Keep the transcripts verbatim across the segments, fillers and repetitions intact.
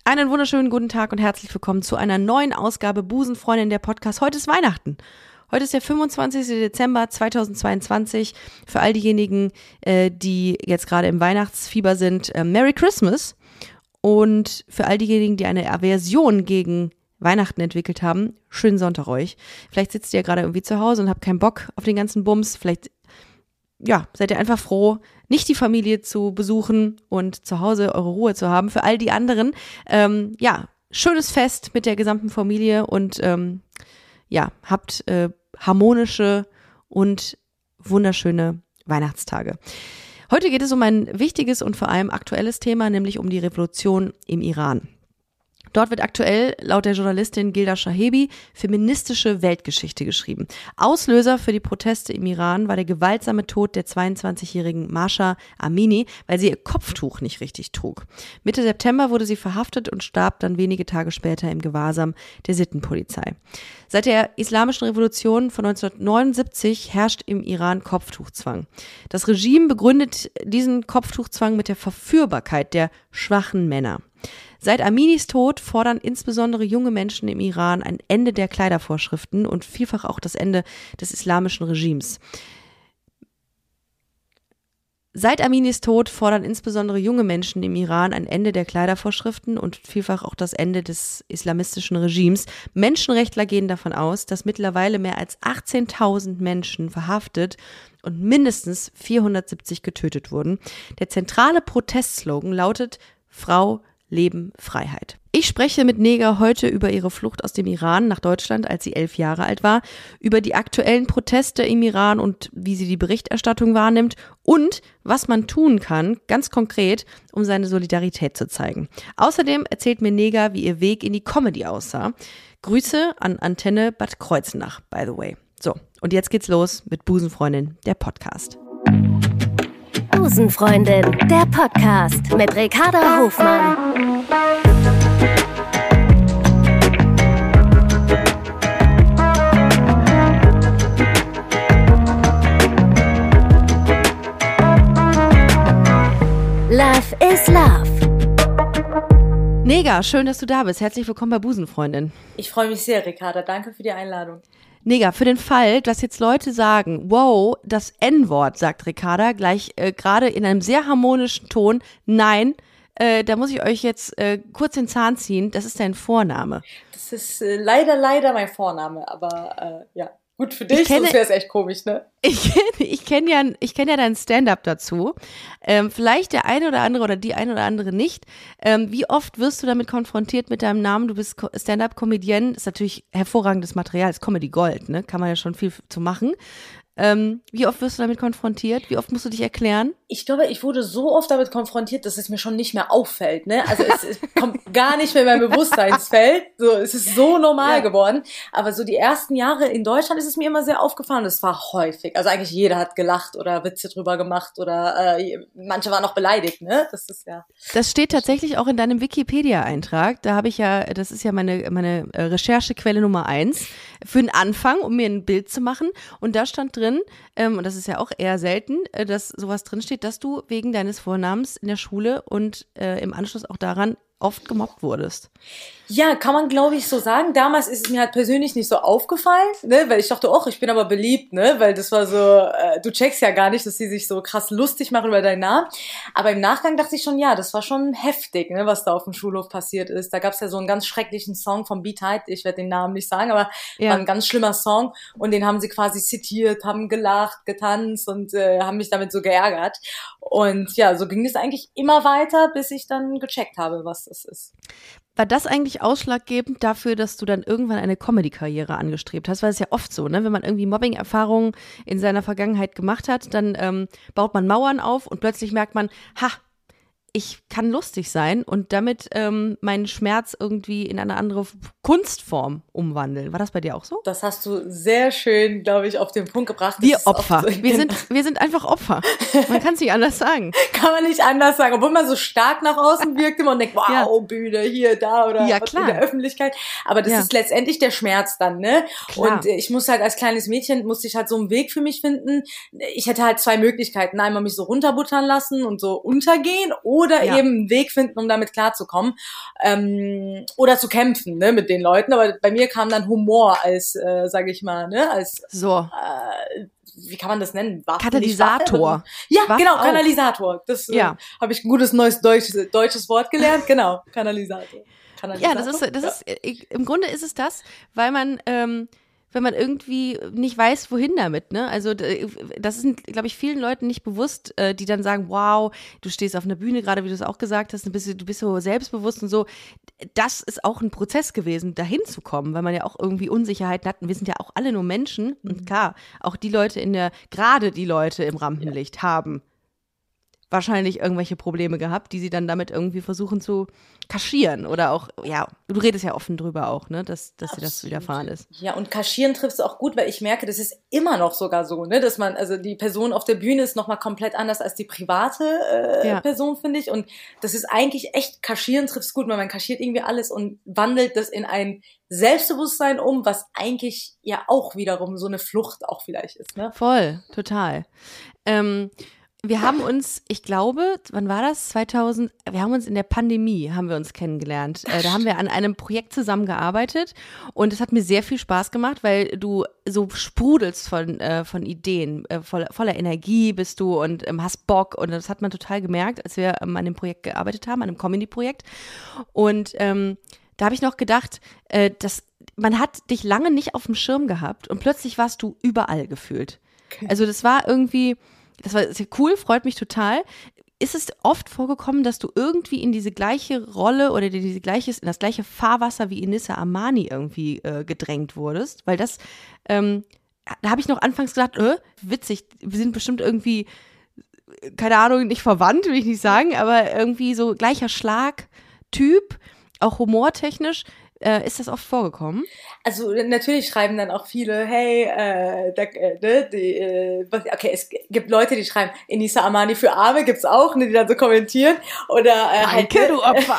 Einen wunderschönen guten Tag und herzlich willkommen zu einer neuen Ausgabe Busenfreundin, der Podcast. Heute ist Weihnachten. Heute ist der fünfundzwanzigster Dezember zweitausendzweiundzwanzig. Für all diejenigen, äh, die jetzt gerade im Weihnachtsfieber sind, äh, Merry Christmas. Und für all diejenigen, die eine Aversion gegen Weihnachten entwickelt haben, schönen Sonntag euch. Vielleicht sitzt ihr ja gerade irgendwie zu Hause und habt keinen Bock auf den ganzen Bums. Vielleicht ja, seid ihr einfach froh, nicht die Familie zu besuchen und zu Hause eure Ruhe zu haben. Für all die anderen, ähm, ja, schönes Fest mit der gesamten Familie und ähm, ja, habt äh, harmonische und wunderschöne Weihnachtstage. Heute geht es um ein wichtiges und vor allem aktuelles Thema, nämlich um die Revolution im Iran. Dort wird aktuell laut der Journalistin Gilda Shahebi feministische Weltgeschichte geschrieben. Auslöser für die Proteste im Iran war der gewaltsame Tod der zweiundzwanzigjährigen Mahsa Amini, weil sie ihr Kopftuch nicht richtig trug. Mitte September wurde sie verhaftet und starb dann wenige Tage später im Gewahrsam der Sittenpolizei. Seit der Islamischen Revolution von neunzehnhundertneunundsiebzig herrscht im Iran Kopftuchzwang. Das Regime begründet diesen Kopftuchzwang mit der Verführbarkeit der schwachen Männer. Seit Aminis Tod fordern insbesondere junge Menschen im Iran ein Ende der Kleidervorschriften und vielfach auch das Ende des islamischen Regimes. Seit Aminis Tod fordern insbesondere junge Menschen im Iran ein Ende der Kleidervorschriften und vielfach auch das Ende des islamistischen Regimes. Menschenrechtler gehen davon aus, dass mittlerweile mehr als achtzehntausend Menschen verhaftet und mindestens vierhundertsiebzig getötet wurden. Der zentrale Protestslogan lautet Frau, Leben, Freiheit. Ich spreche mit Neger heute über ihre Flucht aus dem Iran nach Deutschland, als sie elf Jahre alt war, über die aktuellen Proteste im Iran und wie sie die Berichterstattung wahrnimmt und was man tun kann, ganz konkret, um seine Solidarität zu zeigen. Außerdem erzählt mir Neger, wie ihr Weg in die Comedy aussah. Grüße an Antenne Bad Kreuznach, by the way. So, und jetzt geht's los mit Busenfreundin, der Podcast. Busenfreundin, der Podcast mit Ricarda Hofmann. Love is Love. Neger, schön, dass du da bist. Herzlich willkommen bei Busenfreundin. Ich freue mich sehr, Ricarda. Danke für die Einladung. Neger, für den Fall, dass jetzt Leute sagen, wow, das En-Wort, sagt Ricarda, gleich äh, gerade in einem sehr harmonischen Ton, nein, äh, da muss ich euch jetzt äh, kurz den Zahn ziehen, das ist dein Vorname. Das ist äh, leider, leider mein Vorname, aber äh, ja, gut für dich, sonst wäre es echt komisch, ne? Ich, ich kenne ja, ich kenn ja dein Stand-up dazu. Ähm, vielleicht der eine oder andere oder die eine oder andere nicht. Ähm, wie oft wirst du damit konfrontiert mit deinem Namen? Du bist Stand-up-Comedian, ist natürlich hervorragendes Material, ist Comedy Gold, ne? Kann man ja schon viel zu machen. Ähm, wie oft wirst du damit konfrontiert? Wie oft musst du dich erklären? Ich glaube, ich wurde so oft damit konfrontiert, dass es mir schon nicht mehr auffällt, ne? Also es, es kommt gar nicht mehr in mein Bewusstseinsfeld. So, es ist so normal ja. geworden. Aber so die ersten Jahre in Deutschland ist es mir immer sehr aufgefallen. Das war häufig. Also eigentlich jeder hat gelacht oder Witze drüber gemacht oder äh, manche waren auch beleidigt, ne? Das ist ja. Das steht tatsächlich auch in deinem Wikipedia-Eintrag. Da habe ich ja, das ist ja meine meine Recherchequelle Nummer eins für den Anfang, um mir ein Bild zu machen. Und da stand drin, ähm, und das ist ja auch eher selten, äh, dass sowas drinsteht, dass du wegen deines Vornamens in der Schule und äh, im Anschluss auch daran oft gemobbt wurdest. Ja, kann man, glaube ich, so sagen. Damals ist es mir halt persönlich nicht so aufgefallen, ne, weil ich dachte, oh, ich bin aber beliebt, ne, weil das war so, äh, du checkst ja gar nicht, dass sie sich so krass lustig machen über deinen Namen. Aber im Nachgang dachte ich schon, ja, das war schon heftig, ne, was da auf dem Schulhof passiert ist. Da gab's ja so einen ganz schrecklichen Song von Beat Hyde, ich werde den Namen nicht sagen, aber ja. war ein ganz schlimmer Song und den haben sie quasi zitiert, haben gelacht, getanzt und äh, haben mich damit so geärgert. Und ja, so ging es eigentlich immer weiter, bis ich dann gecheckt habe, was das ist. War das eigentlich ausschlaggebend dafür, dass du dann irgendwann eine Comedy-Karriere angestrebt hast? Weil es ja oft so, ne? Wenn man irgendwie Mobbing-Erfahrungen in seiner Vergangenheit gemacht hat, dann ähm, baut man Mauern auf und plötzlich merkt man, ha, ich kann lustig sein und damit ähm, meinen Schmerz irgendwie in eine andere Kunstform umwandeln. War das bei dir auch so? Das hast du sehr schön, glaube ich, auf den Punkt gebracht. Wir Opfer. So, wir sind, wir sind einfach Opfer. Man kann es nicht anders sagen. Kann man nicht anders sagen. Obwohl man so stark nach außen wirkt immer und denkt, wow, ja. Bühne, hier, da oder ja, in der Öffentlichkeit. Aber das ja. ist letztendlich der Schmerz dann, ne? Klar. Und ich muss halt als kleines Mädchen, musste ich halt so einen Weg für mich finden. Ich hätte halt zwei Möglichkeiten. Einmal mich so runterbuttern lassen und so untergehen oder oder Ja. eben einen Weg finden, um damit klarzukommen ähm, oder zu kämpfen, ne, mit den Leuten. Aber bei mir kam dann Humor als, äh, sage ich mal, ne, als So. äh, wie kann man das nennen? Waffen, Katalysator. Nicht Waffe, ja, Waffe genau, auch. Kanalisator. Das äh, Ja. habe ich ein gutes neues deutsches, deutsches Wort gelernt. Genau, Kanalisator. Ja, das ist, das ist, ich, im Grunde ist es das, weil man, ähm, wenn man irgendwie nicht weiß, wohin damit, ne? Also d- das ist, glaube ich, vielen Leuten nicht bewusst, äh, die dann sagen, wow, du stehst auf einer Bühne, gerade wie du es auch gesagt hast, du bist, du bist so selbstbewusst und so. Das ist auch ein Prozess gewesen, dahin zu kommen, weil man ja auch irgendwie Unsicherheiten hat. Und wir sind ja auch alle nur Menschen. Und klar, auch die Leute in der, gerade die Leute im Rampenlicht haben wahrscheinlich irgendwelche Probleme gehabt, die sie dann damit irgendwie versuchen zu kaschieren oder auch, ja, du redest ja offen drüber auch, ne, dass, dass dir das widerfahren ist. Ja, und kaschieren triffst du auch gut, weil ich merke, das ist immer noch sogar so, ne, dass man, also die Person auf der Bühne ist nochmal komplett anders als die private äh, Ja. Person, finde ich. Und das ist eigentlich echt, kaschieren trifft's gut, weil man kaschiert irgendwie alles und wandelt das in ein Selbstbewusstsein um, was eigentlich ja auch wiederum so eine Flucht auch vielleicht ist, ne? Voll, total. Ähm, wir haben uns, ich glaube, wann war das? zweitausend, wir haben uns in der Pandemie, haben wir uns kennengelernt. Äh, da haben wir an einem Projekt zusammengearbeitet und es hat mir sehr viel Spaß gemacht, weil du so sprudelst von, äh, von Ideen, äh, voller, voller Energie bist du und ähm, hast Bock und das hat man total gemerkt, als wir ähm, an dem Projekt gearbeitet haben, an einem Comedy-Projekt. Und ähm, da habe ich noch gedacht, äh, dass man hat dich lange nicht auf dem Schirm gehabt und plötzlich warst du überall gefühlt. Also das war irgendwie, das war sehr cool, freut mich total. Ist es oft vorgekommen, dass du irgendwie in diese gleiche Rolle oder in diese gleiches, in das gleiche Fahrwasser wie Inissa Armani irgendwie äh, gedrängt wurdest? Weil das, ähm, da habe ich noch anfangs gedacht, äh, witzig, wir sind bestimmt irgendwie, keine Ahnung, nicht verwandt, will ich nicht sagen, aber irgendwie so gleicher Schlagtyp, auch humortechnisch. Äh, ist das oft vorgekommen? Also natürlich schreiben dann auch viele, hey, äh, da, äh, ne, die, äh, was- okay, es gibt Leute, die schreiben, Inissa Armani für Arme gibt's auch, ne, die dann so kommentieren. Oder äh, halt, Danke, ne, du Opfer.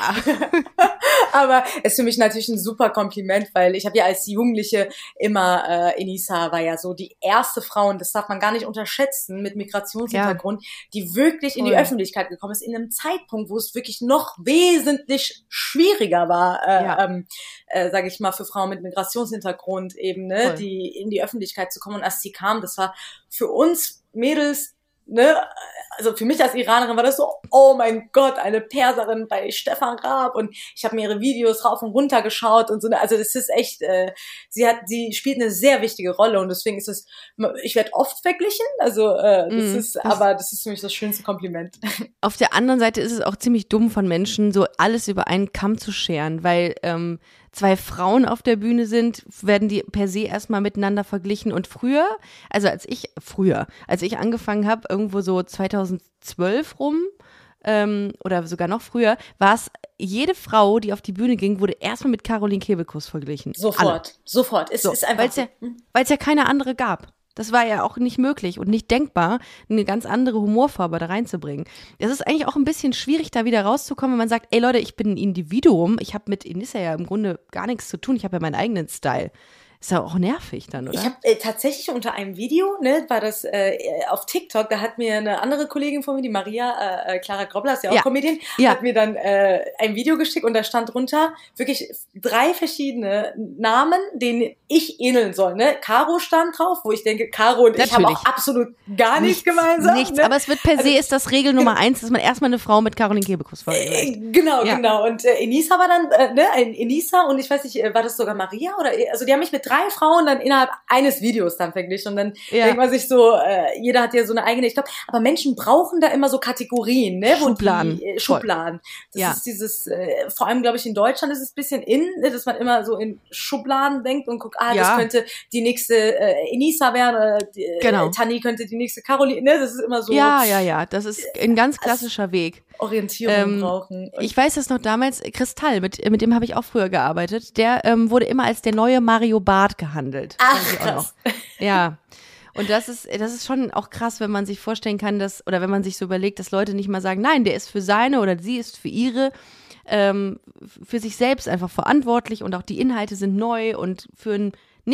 aber es ist für mich natürlich ein super Kompliment, weil ich habe ja als Jugendliche immer, äh, Inissa war ja so die erste Frau, und das darf man gar nicht unterschätzen, mit Migrationshintergrund, die wirklich in die Voll. Öffentlichkeit gekommen ist, in einem Zeitpunkt, wo es wirklich noch wesentlich schwieriger war, äh, Ja. ähm, äh, sage ich mal, für Frauen mit Migrationshintergrund eben, ne, Voll. die in die Öffentlichkeit zu kommen. Und als sie kam, das war für uns Mädels, ne, also für mich als Iranerin war das so, oh mein Gott, eine Perserin bei Stefan Raab, und ich habe mir ihre Videos rauf und runter geschaut und so, ne, also das ist echt, äh, sie hat, sie spielt eine sehr wichtige Rolle, und deswegen ist es, ich werde oft verglichen, also äh, das Mm, ist, das- aber das ist für mich das schönste Kompliment. Auf der anderen Seite ist es auch ziemlich dumm von Menschen, so alles über einen Kamm zu scheren, weil ähm, zwei Frauen auf der Bühne sind, werden die per se erstmal miteinander verglichen. Und früher, also als ich, früher, als ich angefangen habe, irgendwo so zweitausendzwölf rum, ähm, oder sogar noch früher, war es, jede Frau, die auf die Bühne ging, wurde erstmal mit Caroline Kebekus verglichen. Sofort, Alle. sofort, es So, ist einfach weil es ja, weil's ja keine andere gab. Das war ja auch nicht möglich und nicht denkbar, eine ganz andere Humorfarbe da reinzubringen. Es ist eigentlich auch ein bisschen schwierig, da wieder rauszukommen, wenn man sagt, ey Leute, ich bin ein Individuum, ich habe mit Inissa ja im Grunde gar nichts zu tun, ich habe ja meinen eigenen Style. Ist ja auch nervig dann, oder? Ich habe äh, tatsächlich unter einem Video, ne, war das äh, auf TikTok, da hat mir eine andere Kollegin von mir, die Maria, äh, Clara Grobler, ist ja auch Ja. Comedian, Ja. hat mir dann äh, ein Video geschickt, und da stand drunter wirklich drei verschiedene Namen, denen ich ähneln soll. Ne? Caro stand drauf, wo ich denke, Caro und ich haben Natürlich. auch absolut gar nichts, gemeinsam. Nichts, ne? aber es wird per se, ist das Regel Nummer eins, dass man erstmal eine Frau mit Caroline Kebekus vergleicht. Äh, Genau, Ja. genau. Und äh, Inissa war dann, äh, ne, ein Inissa, und ich weiß nicht, äh, war das sogar Maria oder, also die haben mich mit drei Frauen dann innerhalb eines Videos dann verglichen, und dann Ja. denkt man sich so, äh, jeder hat ja so eine eigene, ich glaube, aber Menschen brauchen da immer so Kategorien, ne, wo Schubladen. die, äh, Voll. Schubladen. Das Ja. ist dieses, äh, vor allem glaube ich in Deutschland ist es ein bisschen in, ne, dass man immer so in Schubladen denkt und guckt, ah, Ja. das könnte die nächste äh, Inissa werden, oder die, äh, Genau. Tani könnte die nächste Caroline, ne, das ist immer so Ja, ja, ja, das ist ein ganz klassischer Weg. Orientierung Ähm, brauchen. Und Ich weiß das noch damals, Kristall, mit, mit dem habe ich auch früher gearbeitet, der ähm, wurde immer als der neue Mario Barth gehandelt. Ach, Weiß ich auch krass. noch. Ja. Und das ist, das ist schon auch krass, wenn man sich vorstellen kann, dass, oder wenn man sich so überlegt, dass Leute nicht mal sagen, nein, der ist für seine oder sie ist für ihre, ähm, für sich selbst einfach verantwortlich, und auch die Inhalte sind neu und für ein nicht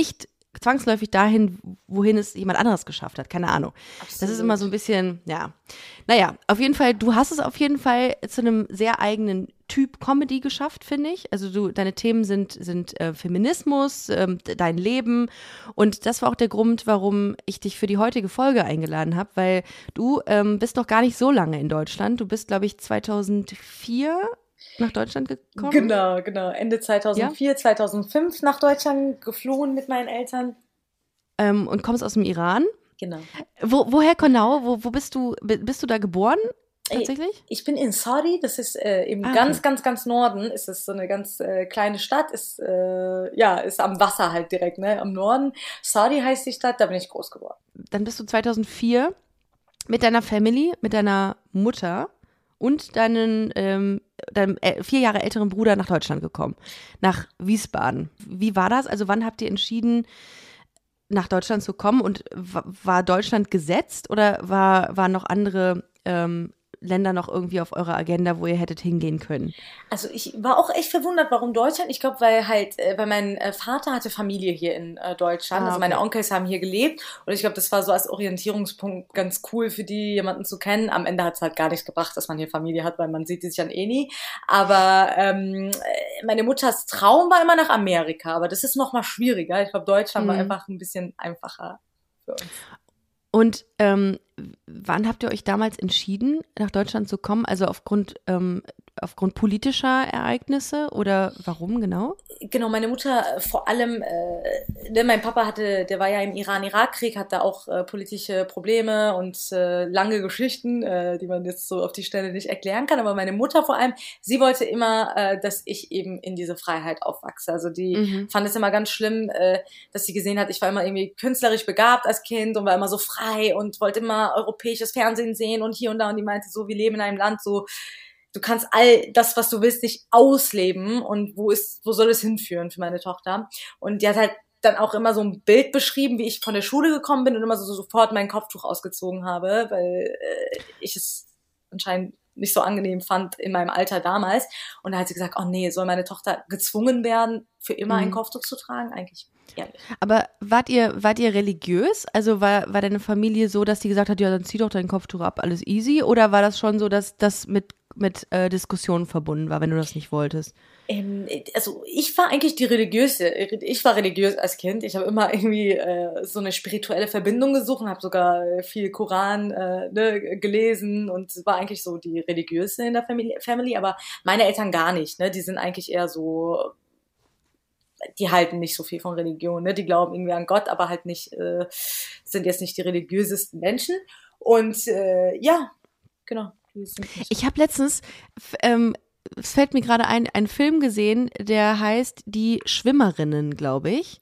zwangsläufig dahin, wohin es jemand anderes geschafft hat. Keine Ahnung. Absolut. Das ist immer so ein bisschen, ja. Naja, auf jeden Fall, du hast es auf jeden Fall zu einem sehr eigenen Typ Comedy geschafft, finde ich. Also du, deine Themen sind, sind äh, Feminismus, ähm, dein Leben und das war auch der Grund, warum ich dich für die heutige Folge eingeladen habe, weil du ähm, bist noch gar nicht so lange in Deutschland. Du bist, glaube ich, zweitausendvier nach Deutschland gekommen. Genau, genau. Ende zweitausendvier, Ja? zweitausendfünf nach Deutschland geflohen mit meinen Eltern. Ähm, und kommst aus dem Iran. Genau. Wo, woher genau? Wo, wo bist du? Bist du da geboren? Tatsächlich? Ich bin in Saudi, das ist äh, im Ah, ganz, okay. ganz, ganz Norden, ist es so eine ganz äh, kleine Stadt, ist, äh, ja, ist am Wasser halt direkt, ne, am Norden. Saudi heißt die Stadt, da bin ich groß geworden. Dann bist du zweitausendvier mit deiner Family, mit deiner Mutter und deinen, ähm, deinem äh, vier Jahre älteren Bruder nach Deutschland gekommen, nach Wiesbaden. Wie war das? Also wann habt ihr entschieden, nach Deutschland zu kommen und w- war Deutschland gesetzt oder war, waren noch andere ähm, Länder noch irgendwie auf eurer Agenda, wo ihr hättet hingehen können? Also ich war auch echt verwundert, warum Deutschland. Ich glaube, weil halt, äh, weil mein äh, Vater hatte Familie hier in äh, Deutschland. Ah, Also meine okay. Onkels haben hier gelebt. Und ich glaube, das war so als Orientierungspunkt ganz cool für die, jemanden zu kennen. Am Ende hat es halt gar nichts gebracht, dass man hier Familie hat, weil man sieht die sich dann eh nie. Aber ähm, äh, meine Mutters Traum war immer nach Amerika. Aber das ist noch mal schwieriger. Ich glaube, Deutschland war Mhm. einfach ein bisschen einfacher für uns. Und ähm, wann habt ihr euch damals entschieden, nach Deutschland zu kommen? Also aufgrund, ähm, aufgrund politischer Ereignisse oder warum genau? Genau, meine Mutter äh, vor allem, äh, ne, mein Papa hatte, der war ja im Iran-Irak-Krieg, hat da auch äh, politische Probleme und äh, lange Geschichten, äh, die man jetzt so auf die Stelle nicht erklären kann. Aber meine Mutter vor allem, sie wollte immer, äh, dass ich eben in diese Freiheit aufwachse. Also die Mhm. fand es immer ganz schlimm, äh, dass sie gesehen hat, ich war immer irgendwie künstlerisch begabt als Kind und war immer so frei und wollte immer europäisches Fernsehen sehen und hier und da. Und die meinte so, wir leben in einem Land so, du kannst all das, was du willst, nicht ausleben und wo ist, wo soll es hinführen für meine Tochter? Und die hat halt dann auch immer so ein Bild beschrieben, wie ich von der Schule gekommen bin und immer so, so sofort mein Kopftuch ausgezogen habe, weil äh, ich es anscheinend nicht so angenehm fand in meinem Alter damals. Und da hat sie gesagt, oh nee, soll meine Tochter gezwungen werden, für immer Mhm. ein Kopftuch zu tragen? Eigentlich ehrlich. Aber wart ihr, wart ihr religiös? Also war, war deine Familie so, dass die gesagt hat, ja, dann zieh doch dein Kopftuch ab, alles easy? Oder war das schon so, dass das mit, mit äh, Diskussionen verbunden war, wenn du das nicht wolltest? Ähm, also ich war eigentlich die religiöse, ich war religiös als Kind. Ich habe immer irgendwie äh, so eine spirituelle Verbindung gesucht und habe sogar viel Koran äh, ne, gelesen und war eigentlich so die religiöse in der Family, Family, aber meine Eltern gar nicht. Ne? Die sind eigentlich eher so, die halten nicht so viel von Religion. Ne? Die glauben irgendwie an Gott, aber halt nicht, äh, sind jetzt nicht die religiösesten Menschen. Und äh, ja, genau. Die sind nicht. Ich habe letztens, f- ähm, es fällt mir gerade ein, einen Film gesehen, der heißt Die Schwimmerinnen, glaube ich.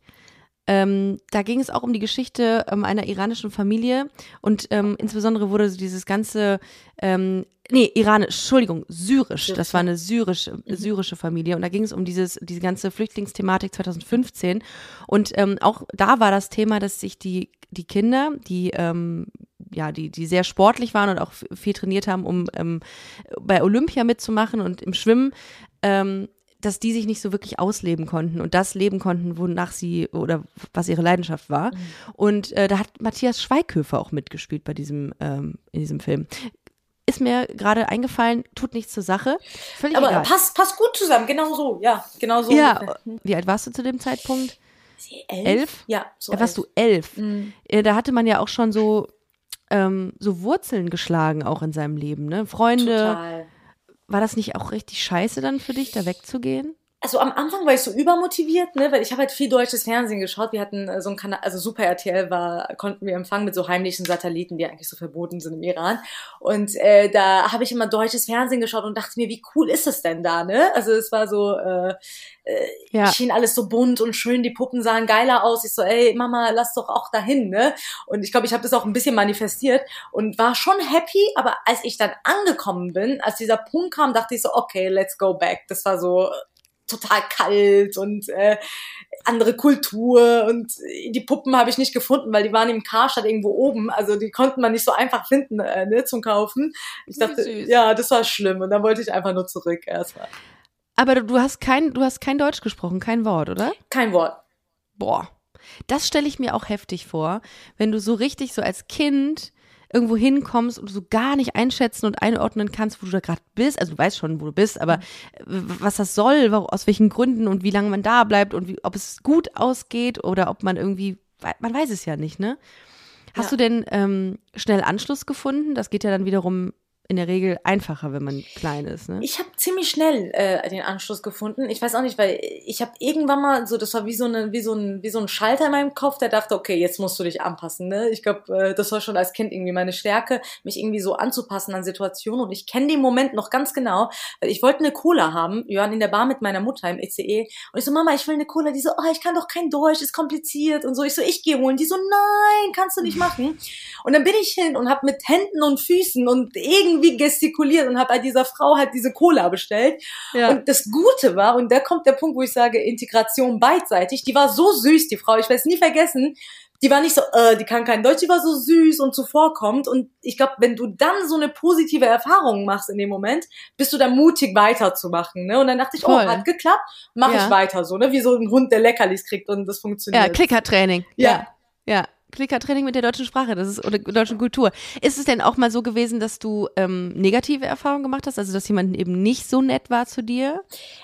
Ähm, da ging es auch um die Geschichte ähm, einer iranischen Familie und ähm, insbesondere wurde so dieses ganze, ähm, nee, iranisch, Entschuldigung, syrisch, das war eine syrische, syrische Familie und da ging es um dieses, diese ganze Flüchtlingsthematik zweitausendfünfzehn und ähm, auch da war das Thema, dass sich die, die Kinder, die, ähm, ja, die, die sehr sportlich waren und auch f- viel trainiert haben, um ähm, bei Olympia mitzumachen und im Schwimmen, ähm, dass die sich nicht so wirklich ausleben konnten und das leben konnten, wonach sie oder was ihre Leidenschaft war. Mhm. Und äh, da hat Matthias Schweighöfer auch mitgespielt bei diesem, ähm, in diesem Film. Ist mir gerade eingefallen, tut nichts zur Sache. Völlig Aber egal. passt, passt gut zusammen, genau so, ja, genau so. Ja, ungefähr. Hm. wie alt warst du zu dem Zeitpunkt? Elf? Elf? Ja, so Da warst elf. du elf. Mhm. Äh, Da hatte man ja auch schon so, ähm, so Wurzeln geschlagen auch in seinem Leben, ne? Freunde. Total. War das nicht auch richtig scheiße dann für dich, da wegzugehen? Also am Anfang war ich so übermotiviert, ne, weil ich habe halt viel deutsches Fernsehen geschaut. Wir hatten äh, so einen Kanal, also Super R T L war, konnten wir empfangen mit so heimlichen Satelliten, die eigentlich so verboten sind im Iran. Und äh, da habe ich immer deutsches Fernsehen geschaut und dachte mir, wie cool ist es denn da, ne? Also es war so, äh, äh, Ja. schien alles so bunt und schön, die Puppen sahen geiler aus. Ich so, ey Mama, lass doch auch dahin, ne? Und ich glaube, ich habe das auch ein bisschen manifestiert und war schon happy, aber als ich dann angekommen bin, als dieser Punkt kam, dachte ich so, okay, let's go back. Das war so total kalt und äh, andere Kultur und die Puppen habe ich nicht gefunden, weil die waren im Karstadt irgendwo oben, also die konnten man nicht so einfach finden, äh, ne, zum Kaufen. Ich dachte, süß. ja, das war schlimm und dann wollte ich einfach nur zurück erstmal. Aber du, du hast kein, du hast kein Deutsch gesprochen, kein Wort, oder? Kein Wort. Boah. Das stelle ich mir auch heftig vor, wenn du so richtig so als Kind irgendwo hinkommst und du so gar nicht einschätzen und einordnen kannst, wo du da gerade bist. Also du weißt schon, wo du bist, aber was das soll, aus welchen Gründen und wie lange man da bleibt und wie, ob es gut ausgeht oder ob man irgendwie, man weiß es ja nicht, ne? Hast ja. du denn ähm, schnell Anschluss gefunden? Das geht ja dann wiederum in der Regel einfacher, wenn man klein ist, ne? Ich habe ziemlich schnell äh, den Anschluss gefunden. Ich weiß auch nicht, weil ich habe irgendwann mal so, das war wie so eine, wie so ein, wie so ein Schalter in meinem Kopf, der dachte, okay, jetzt musst du dich anpassen, ne? Ich glaube, äh, das war schon als Kind irgendwie meine Stärke, mich irgendwie so anzupassen an Situationen. Und ich kenne den Moment noch ganz genau, weil ich wollte eine Cola haben. Wir waren in der Bar mit meiner Mutter im E C E und ich so, Mama, ich will eine Cola. Die so, oh, ich kann doch kein Deutsch, ist kompliziert und so. Ich so, ich gehe holen. Die so, nein, kannst du nicht machen. Und dann bin ich hin und habe mit Händen und Füßen und irgendwie wie gestikuliert und habe bei dieser Frau halt diese Cola bestellt. Ja. Und das Gute war, und da kommt der Punkt, wo ich sage, Integration beidseitig, die war so süß, die Frau, ich werde es nie vergessen, die war nicht so, äh, die kann kein Deutsch, die war so süß und zuvorkommend und ich glaube, wenn du dann so eine positive Erfahrung machst in dem Moment, bist du dann mutig weiterzumachen, ne? Und dann dachte ich, Voll. oh, hat geklappt, mache ja. ich weiter so, ne? Wie so ein Hund, der Leckerlis kriegt und das funktioniert. Ja, Klickertraining. Ja, ja. ja. Klickertraining mit der deutschen Sprache, das ist oder deutschen Kultur. Ist es denn auch mal so gewesen, dass du ähm, negative Erfahrungen gemacht hast, also dass jemand eben nicht so nett war zu dir?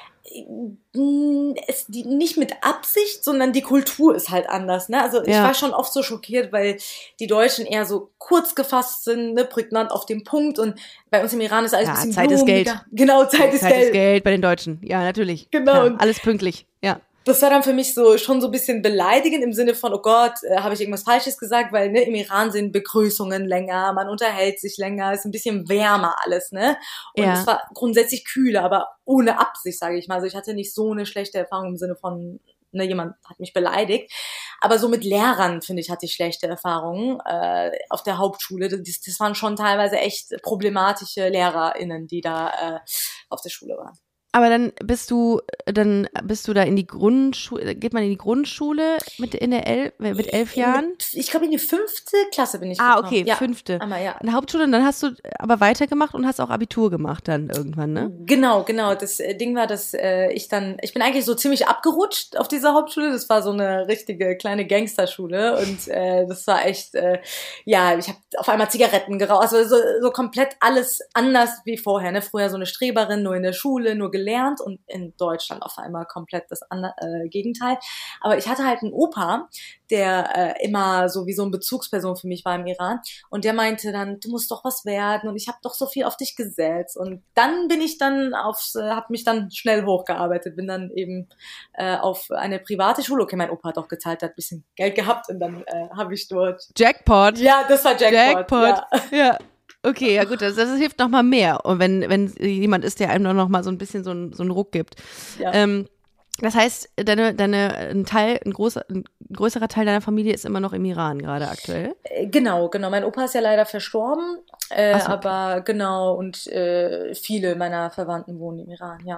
Es, die, nicht mit Absicht, sondern die Kultur ist halt anders, ne? Also ich ja. war schon oft so schockiert, weil die Deutschen eher so kurz gefasst sind, ne, prägnant auf den Punkt und bei uns im Iran ist alles ja, ein bisschen Zeit blumiger. Ist Geld. Genau, Zeit, Zeit ist Zeit Geld. Zeit ist Geld bei den Deutschen, ja, natürlich. Genau. Ja, alles pünktlich, ja. Das war dann für mich so schon so ein bisschen beleidigend im Sinne von, oh Gott, äh, habe ich irgendwas Falsches gesagt, weil ne, im Iran sind Begrüßungen länger, man unterhält sich länger, ist ein bisschen wärmer alles, ne? Und ja. es war grundsätzlich kühler, aber ohne Absicht, sage ich mal. Also ich hatte nicht so eine schlechte Erfahrung im Sinne von, ne, jemand hat mich beleidigt. Aber so mit Lehrern, finde ich, hatte ich schlechte Erfahrungen äh, auf der Hauptschule. Das, das waren schon teilweise echt problematische LehrerInnen, die da äh, auf der Schule waren. Aber dann bist du, dann bist du da in die Grundschule, geht man in die Grundschule mit in der El, mit elf Jahren? Ich glaube in die fünfte Klasse bin ich ah, gekommen. Ah, okay, ja. fünfte. Einmal, ja. In der Hauptschule, und dann hast du aber weitergemacht und hast auch Abitur gemacht dann irgendwann, ne? Genau, genau. Das Ding war, dass äh, ich dann, ich bin eigentlich so ziemlich abgerutscht auf dieser Hauptschule. Das war so eine richtige kleine Gangsterschule und äh, das war echt, äh, ja, ich habe auf einmal Zigaretten geraucht, also so, so komplett alles anders wie vorher, ne? Früher so eine Streberin, nur in der Schule, nur gelernt und in Deutschland auf einmal komplett das andere, äh, Gegenteil. Aber ich hatte halt einen Opa, der äh, immer so wie so eine Bezugsperson für mich war im Iran und der meinte dann, du musst doch was werden und ich habe doch so viel auf dich gesetzt und dann bin ich dann aufs, äh, habe mich dann schnell hochgearbeitet, bin dann eben äh, auf eine private Schule, okay, mein Opa hat auch gezahlt, hat ein bisschen Geld gehabt und dann äh, habe ich dort... Jackpot. Ja, das war Jackpot. Jackpot, ja. ja. Okay, ja gut, das, das hilft noch mal mehr. Und wenn wenn jemand ist, der einem noch mal so ein bisschen so, ein, so einen Ruck gibt. Ja. Ähm, das heißt, deine, deine, ein Teil, ein, großer, ein größerer Teil deiner Familie ist immer noch im Iran gerade aktuell? Genau, genau. Mein Opa ist ja leider verstorben, äh, so, okay. aber genau, und äh, viele meiner Verwandten wohnen im Iran, ja.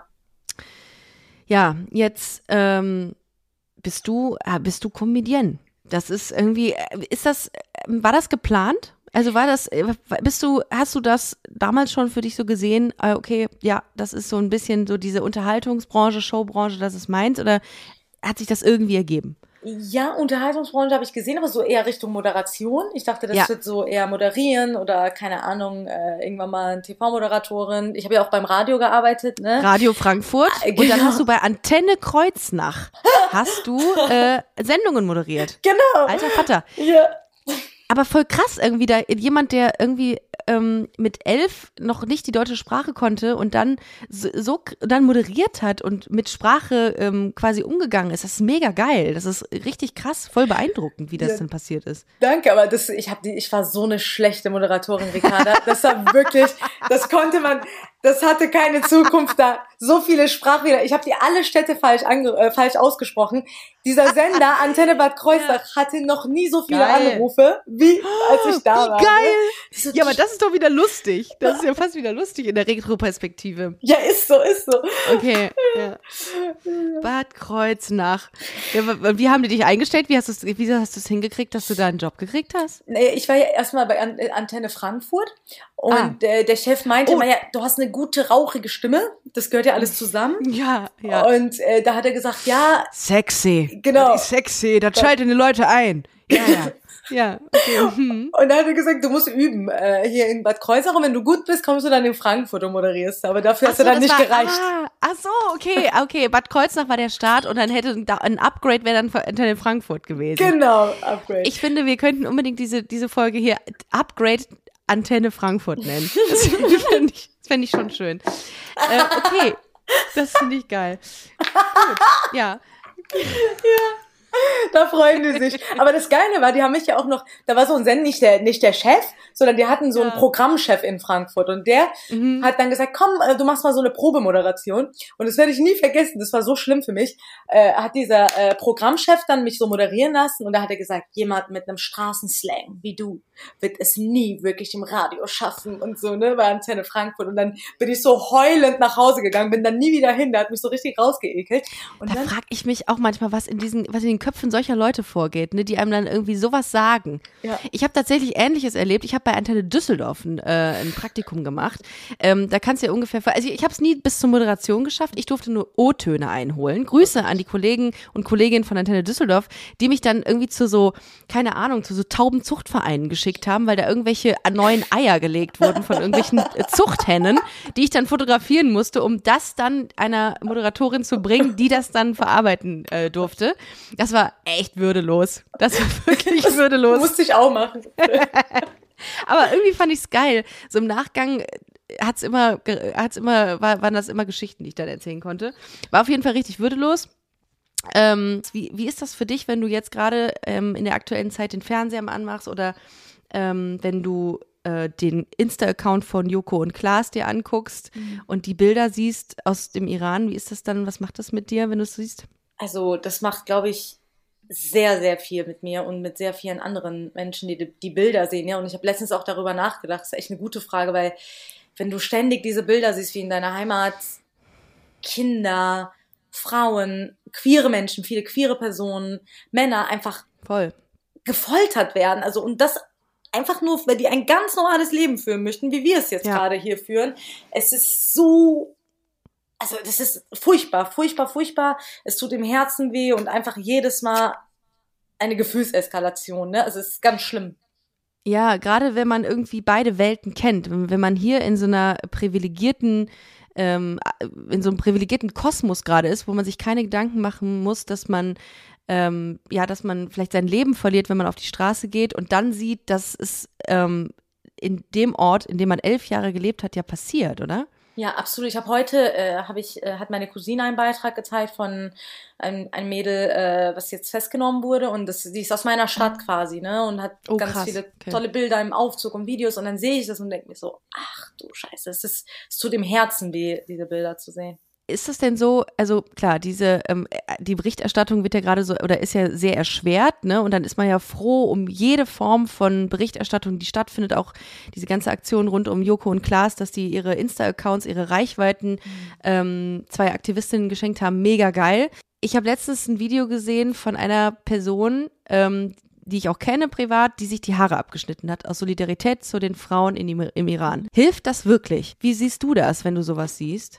Ja, jetzt ähm, bist du, bist du Comedienne. Das ist irgendwie, ist das, war das geplant? Also war das, bist du, hast du das damals schon für dich so gesehen, okay, ja, das ist so ein bisschen so diese Unterhaltungsbranche, Showbranche, das ist meins, oder hat sich das irgendwie ergeben? Ja, Unterhaltungsbranche habe ich gesehen, aber so eher Richtung Moderation. Ich dachte, das ja. wird so eher moderieren oder keine Ahnung, äh, irgendwann mal eine T V-Moderatorin. Ich habe ja auch beim Radio gearbeitet, ne? Radio Frankfurt. Ah, genau. Und dann hast du bei Antenne Kreuznach, hast du äh, Sendungen moderiert. Genau. Alter Vater. Ja. Aber voll krass irgendwie, da jemand, der irgendwie ähm, mit elf noch nicht die deutsche Sprache konnte und dann so, so dann moderiert hat und mit Sprache ähm, quasi umgegangen ist. Das ist mega geil. Das ist richtig krass, voll beeindruckend, wie das ja. denn passiert ist. Danke, aber das, ich hab die, ich war so eine schlechte Moderatorin, Ricarda. Das war wirklich, das konnte man, das hatte keine Zukunft da. So viele Sprachfehler. Ich habe die alle Städte falsch, ange, äh, falsch ausgesprochen. Dieser Sender, Antenne Bad Kreuznach, ja. hatte noch nie so viele geil. Anrufe, wie als ich da wie war. Geil! Ne? So, ja, aber das ist doch wieder lustig. Das ist ja fast wieder lustig in der Retroperspektive. Ja, ist so, ist so. Okay, ja. Bad Kreuznach. Ja, wie haben die dich eingestellt? Wie hast du wie hast du es hingekriegt, dass du da einen Job gekriegt hast? Ich war ja erstmal bei An- Antenne Frankfurt und Ah. äh, der Chef meinte Oh. immer, ja, du hast eine gute, rauchige Stimme. Das gehört ja alles zusammen. Ja, ja. Und äh, da hat er gesagt, ja, Sexy. Genau. Das ist sexy, das schaltet die Leute ein. Ja, ja. Ja, okay. Hm. und da hat er gesagt, du musst üben äh, hier in Bad Kreuznach und wenn du gut bist, kommst du dann in Frankfurt und moderierst. Aber dafür hast Ach so, du dann das nicht war, gereicht. Ah, ach so, okay, okay. Bad Kreuznach war der Start und dann hätte da ein Upgrade wäre dann für Antenne Frankfurt gewesen. Genau, Upgrade. Ich finde, wir könnten unbedingt diese, diese Folge hier Upgrade Antenne Frankfurt nennen. Das fände ich, das fänd ich schon schön. Äh, okay, das finde ich geil. Gut, ja. Da freuen die sich. Aber das Geile war, die haben mich ja auch noch, da war so ein Sender, nicht der, nicht der Chef, sondern die hatten so einen Ja. Programmchef in Frankfurt und der Mhm. hat dann gesagt, komm, äh, du machst mal so eine Probemoderation und das werde ich nie vergessen, das war so schlimm für mich, äh, hat dieser äh, Programmchef dann mich so moderieren lassen und da hat er gesagt, jemand mit einem Straßenslang wie du wird es nie wirklich im Radio schaffen und so, ne, bei Antenne Frankfurt und dann bin ich so heulend nach Hause gegangen, bin dann nie wieder hin, der hat mich so richtig rausgeekelt und Da dann frage ich mich auch manchmal, was in diesen, was in den Köpfen solcher Leute vorgeht, ne, die einem dann irgendwie sowas sagen. Ja. Ich habe tatsächlich Ähnliches erlebt. Ich habe bei Antenne Düsseldorf ein, äh, ein Praktikum gemacht. Ähm, da kannst du ja ungefähr, also ich habe es nie bis zur Moderation geschafft. Ich durfte nur O-Töne einholen. Grüße an die Kollegen und Kolleginnen von Antenne Düsseldorf, die mich dann irgendwie zu so, keine Ahnung, zu so Taubenzuchtvereinen geschickt haben, weil da irgendwelche neuen Eier gelegt wurden von irgendwelchen äh, Zuchthennen, die ich dann fotografieren musste, um das dann einer Moderatorin zu bringen, die das dann verarbeiten äh, durfte. Das war echt würdelos. Das war wirklich würdelos. musste ich auch machen. Aber irgendwie fand ich es geil. So im Nachgang hat's immer, hat's immer, war, waren das immer Geschichten, die ich dann erzählen konnte. War auf jeden Fall richtig würdelos. Ähm, wie, wie ist das für dich, wenn du jetzt gerade ähm, in der aktuellen Zeit den Fernseher mal anmachst oder ähm, wenn du äh, den Insta-Account von Joko und Klaas dir anguckst Mhm. und die Bilder siehst aus dem Iran? Wie ist das dann? Was macht das mit dir, wenn du es siehst? Also das macht, glaube ich, sehr, sehr viel mit mir und mit sehr vielen anderen Menschen, die die Bilder sehen. Ja, und ich habe letztens auch darüber nachgedacht. Das ist echt eine gute Frage, weil wenn du ständig diese Bilder siehst, wie in deiner Heimat Kinder, Frauen, queere Menschen, viele queere Personen, Männer einfach Voll. gefoltert werden. Also und das einfach nur, weil die ein ganz normales Leben führen möchten, wie wir es jetzt Ja. gerade hier führen. Es ist so, also das ist furchtbar, furchtbar, furchtbar. Es tut im Herzen weh und einfach jedes Mal eine Gefühlseskalation. Ne? Also es ist ganz schlimm. Ja, gerade wenn man irgendwie beide Welten kennt, wenn, wenn man hier in so einer privilegierten, ähm, in so einem privilegierten Kosmos gerade ist, wo man sich keine Gedanken machen muss, dass man, ähm, ja, dass man vielleicht sein Leben verliert, wenn man auf die Straße geht und dann sieht, dass es ähm, in dem Ort, in dem man elf Jahre gelebt hat, ja passiert, oder? Ja, absolut. Ich habe heute, äh, habe ich, äh, hat meine Cousine einen Beitrag geteilt von einem, einem Mädel, äh, was jetzt festgenommen wurde und das, die ist aus meiner Stadt quasi, ne, und hat Oh, ganz krass. viele Okay. tolle Bilder im Aufzug und Videos und dann sehe ich das und denke mir so, ach du Scheiße, es ist, es tut im Herzen weh, diese Bilder zu sehen. Ist das denn so, also klar, diese, ähm, die Berichterstattung wird ja gerade so, oder ist ja sehr erschwert, ne? Und dann ist man ja froh um jede Form von Berichterstattung, die stattfindet, auch diese ganze Aktion rund um Joko und Klaas, dass die ihre Insta-Accounts, ihre Reichweiten ähm, zwei Aktivistinnen geschenkt haben, mega geil. Ich habe letztens ein Video gesehen von einer Person, ähm, die ich auch kenne privat, die sich die Haare abgeschnitten hat, aus Solidarität zu den Frauen in, im, im Iran. Hilft das wirklich? Wie siehst du das, wenn du sowas siehst?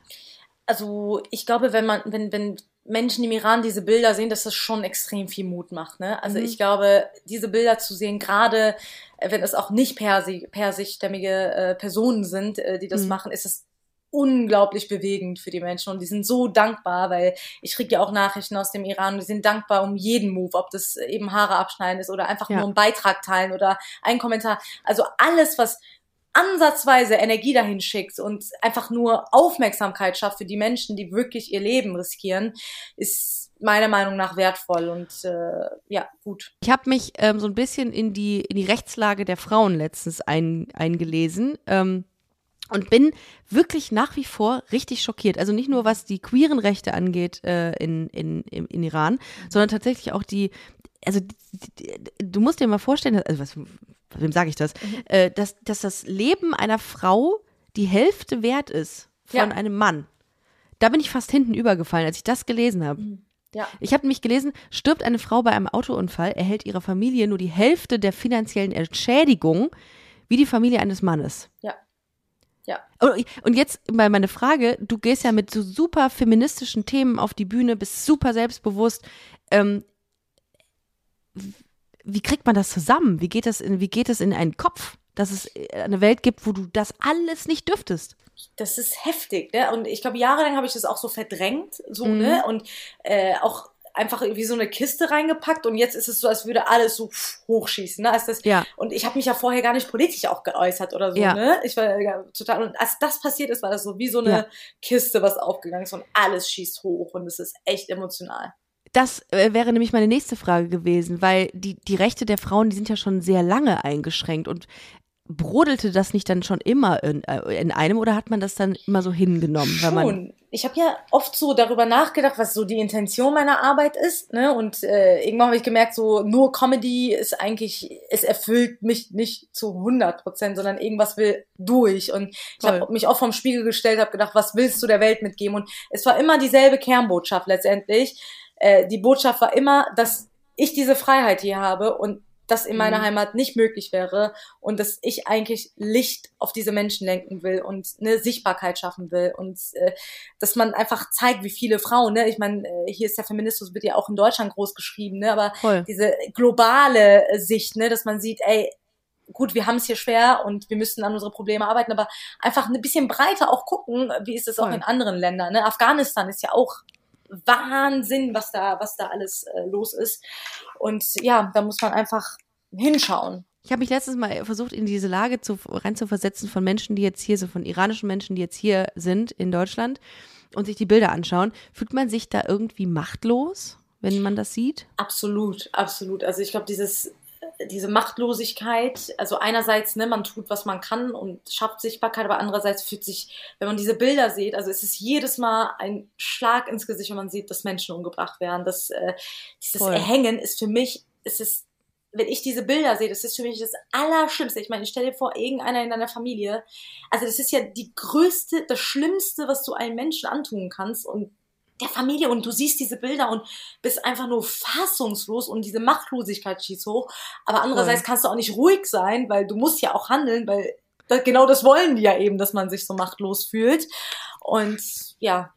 Also ich glaube, wenn man, wenn, wenn Menschen im Iran diese Bilder sehen, dass das schon extrem viel Mut macht, ne? Also Mhm. ich glaube, diese Bilder zu sehen, gerade äh, wenn es auch nicht persi persischstämmige äh, Personen sind, äh, die das Mhm. machen, ist es unglaublich bewegend für die Menschen und die sind so dankbar, weil ich kriege ja auch Nachrichten aus dem Iran und die sind dankbar um jeden Move, ob das eben Haare abschneiden ist oder einfach Ja. nur einen Beitrag teilen oder einen Kommentar. Also alles, was ansatzweise Energie dahin schickt und einfach nur Aufmerksamkeit schafft für die Menschen, die wirklich ihr Leben riskieren, ist meiner Meinung nach wertvoll und äh, ja, gut. Ich habe mich ähm, so ein bisschen in die, in die Rechtslage der Frauen letztens ein, eingelesen ähm, und bin wirklich nach wie vor richtig schockiert. Also nicht nur, was die queeren Rechte angeht äh, in, in, im, in Iran, sondern tatsächlich auch die, also die, die, du musst dir mal vorstellen, also was, wem sage ich das, Mhm. äh, dass, dass das Leben einer Frau die Hälfte wert ist von Ja. einem Mann. Da bin ich fast hinten übergefallen, als ich das gelesen habe. Ja. Ich habe nämlich gelesen, stirbt eine Frau bei einem Autounfall, erhält ihre Familie nur die Hälfte der finanziellen Entschädigung wie die Familie eines Mannes. Ja. Ja. Und jetzt mal meine Frage, du gehst ja mit so super feministischen Themen auf die Bühne, bist super selbstbewusst. Ähm, wie kriegt man das zusammen? Wie geht das in, wie geht das in einen Kopf, dass es eine Welt gibt, wo du das alles nicht dürftest? Das ist heftig, ne? Und ich glaube, jahrelang habe ich das auch so verdrängt, so, Mhm. ne? Und äh, auch einfach wie so eine Kiste reingepackt und jetzt ist es so, als würde alles so hochschießen, ne? Als das, Ja. Und ich habe mich ja vorher gar nicht politisch auch geäußert oder so, Ja. ne? Ich war ja total, und als das passiert ist, war das so wie so eine Ja. Kiste, was aufgegangen ist und alles schießt hoch und es ist echt emotional. Das äh, wäre nämlich meine nächste Frage gewesen, weil die, die Rechte der Frauen, die sind ja schon sehr lange eingeschränkt und brodelte das nicht dann schon immer in, äh, in einem oder hat man das dann immer so hingenommen? Weil man, Schon. Ich habe ja oft so darüber nachgedacht, was so die Intention meiner Arbeit ist, ne? Und äh, irgendwann habe ich gemerkt, so nur Comedy ist eigentlich, es erfüllt mich nicht zu hundert Prozent, sondern irgendwas will durch. Und ich Voll. habe mich auch vorm Spiegel gestellt, habe gedacht, was willst du der Welt mitgeben? Und es war immer dieselbe Kernbotschaft letztendlich. Äh, die Botschaft war immer, dass ich diese Freiheit hier habe und das in meiner Mhm. Heimat nicht möglich wäre und dass ich eigentlich Licht auf diese Menschen lenken will und eine Sichtbarkeit schaffen will und äh, dass man einfach zeigt, wie viele Frauen, ne, ich meine, äh, hier ist der Feminismus, wird ja auch in Deutschland groß geschrieben, ne, aber Voll. diese globale äh, Sicht, ne, dass man sieht, ey, gut, wir haben es hier schwer und wir müssen an unsere Probleme arbeiten, aber einfach ein bisschen breiter auch gucken, wie ist es auch Voll. in anderen Ländern, ne, Afghanistan ist ja auch Wahnsinn, was da, was da alles äh, los ist. Und ja, da muss man einfach hinschauen. Ich habe mich letztes Mal versucht, in diese Lage zu, reinzuversetzen von Menschen, die jetzt hier, so von iranischen Menschen, die jetzt hier sind in Deutschland und sich die Bilder anschauen. Fühlt man sich da irgendwie machtlos, wenn man das sieht? Absolut, absolut. Also ich glaube, dieses diese Machtlosigkeit, also einerseits, ne, man tut, was man kann und schafft Sichtbarkeit, aber andererseits fühlt sich, wenn man diese Bilder sieht, also es ist jedes Mal ein Schlag ins Gesicht, wenn man sieht, dass Menschen umgebracht werden. Das, äh, dieses Voll. Erhängen ist für mich, es ist, wenn ich diese Bilder sehe, das ist für mich das Allerschlimmste. Ich meine, stell dir vor, irgendeiner in deiner Familie, also das ist ja die größte, das Schlimmste, was du einem Menschen antun kannst und der Familie und du siehst diese Bilder und bist einfach nur fassungslos und diese Machtlosigkeit schießt hoch. Aber andererseits Voll. kannst du auch nicht ruhig sein, weil du musst ja auch handeln, weil das, genau das wollen die ja eben, dass man sich so machtlos fühlt. Und ja.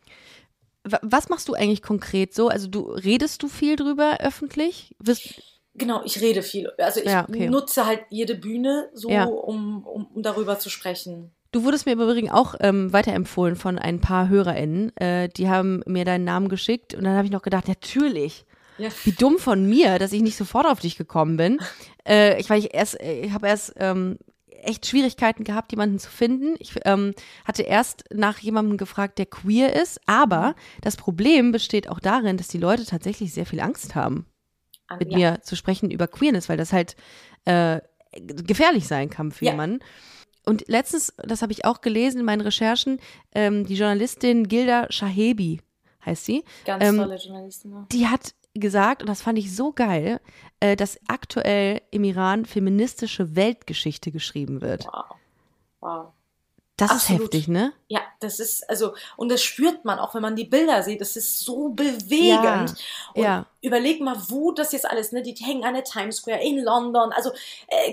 Wa- Was machst du eigentlich konkret so? Also du redest du viel drüber öffentlich? Wirst, Genau, ich rede viel. Also ich Ja, okay. nutze halt jede Bühne so, Ja. um, um, um darüber zu sprechen. Du wurdest mir im Übrigen auch ähm, weiterempfohlen von ein paar HörerInnen. Äh, die haben mir deinen Namen geschickt und dann habe ich noch gedacht, natürlich. Ja. Wie dumm von mir, dass ich nicht sofort auf dich gekommen bin. Äh, ich weil ich erst, äh, ich habe erst ähm, echt Schwierigkeiten gehabt, jemanden zu finden. Ich ähm, hatte erst nach jemandem gefragt, der queer ist, aber das Problem besteht auch darin, dass die Leute tatsächlich sehr viel Angst haben, mit ja. mir zu sprechen über Queerness, weil das halt äh, gefährlich sein kann für Ja. jemanden. Und letztens, das habe ich auch gelesen in meinen Recherchen, ähm, die Journalistin Gilda Shahebi heißt sie, Ganz ähm, tolle Journalistin. Ja. die hat gesagt, und das fand ich so geil, äh, dass aktuell im Iran feministische Weltgeschichte geschrieben wird. Wow. Wow. Das Absolut. ist heftig, ne? Ja, das ist, also, und das spürt man auch, wenn man die Bilder sieht. Das ist so bewegend. Ja, Und ja. überleg mal, wo das jetzt alles, ne? Die hängen an der Times Square in London. Also, äh,